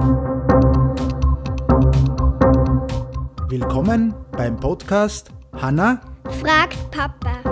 Willkommen beim Podcast Hanna fragt Papa.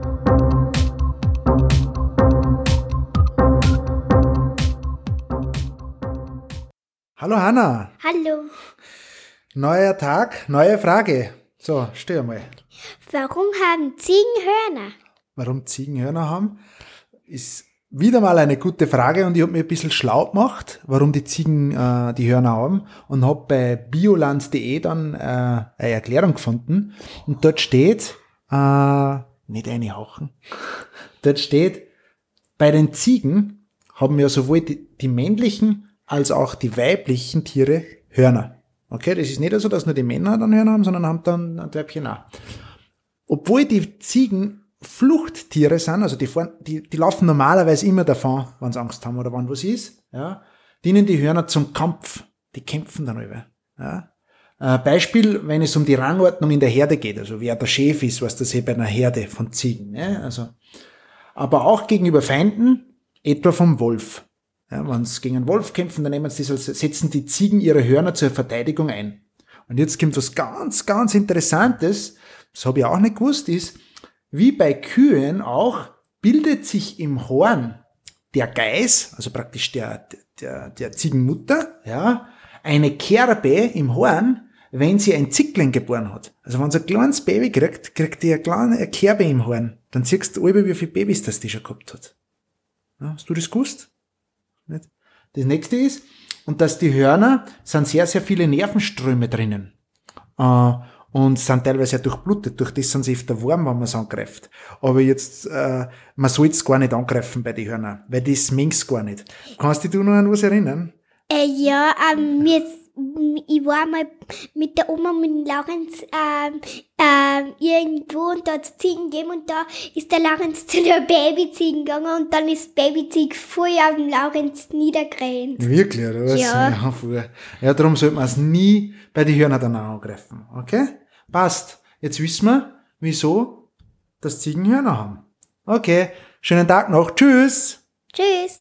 Hallo Hanna, Hallo. neuer Tag, neue Frage. So, steh mal. Warum haben Ziegen Hörner? Warum Ziegen Hörner haben, ist wieder mal eine gute Frage und ich habe mir ein bisschen schlau gemacht, warum die Ziegen die Hörner haben und habe bei bioland.de dann eine Erklärung gefunden und dort steht, nicht reinhauchen, dort steht, bei den Ziegen haben ja sowohl die männlichen als auch die weiblichen Tiere Hörner. Okay, das ist nicht so, dass nur die Männer dann Hörner haben, sondern haben dann ein Weibchen auch. Obwohl die Ziegen Fluchttiere sind, also die laufen normalerweise immer davon, wenn sie Angst haben oder wenn was ist, ja, dienen die Hörner zum Kampf. Die kämpfen dann über. Ja. Beispiel, wenn es um die Rangordnung in der Herde geht, also wer der Chef ist, was das hier bei einer Herde von Ziegen, ja, also, aber auch gegenüber Feinden, etwa vom Wolf. Ja, wenn sie gegen einen Wolf kämpfen, dann setzen die Ziegen ihre Hörner zur Verteidigung ein. Und jetzt kommt was ganz, ganz Interessantes, das habe ich auch nicht gewusst, ist, wie bei Kühen auch, bildet sich im Horn der Geiß, also praktisch der Ziegenmutter, ja, eine Kerbe im Horn, wenn sie ein Zicklein geboren hat. Also wenn sie ein kleines Baby kriegt die eine Kerbe im Horn. Dann siehst du wie viele Babys das die schon gehabt hat. Ja, hast du das gewusst? Nicht? Das nächste ist, und dass die Hörner sind sehr, sehr viele Nervenströme drinnen. Und sind teilweise ja durchblutet, durch das sind sie öfter warm, wenn man es angreift. Aber jetzt, man soll es gar nicht angreifen bei den Hörnern, weil das mengt gar nicht. Kannst du dich noch an was erinnern? Ja, ich war mal mit der Oma und mit dem Laurenz irgendwo und da hat es Ziegen gegeben und da ist der Laurenz zu der Babyziegen gegangen und dann ist das Babyzieg voll auf dem Laurenz niedergerannt. Wirklich, oder was? Ja. Ja, darum sollte man es nie bei den Hörnern dann auch angreifen. Okay? Passt. Jetzt wissen wir, wieso das Ziegen Hörner haben. Okay. Schönen Tag noch. Tschüss. Tschüss.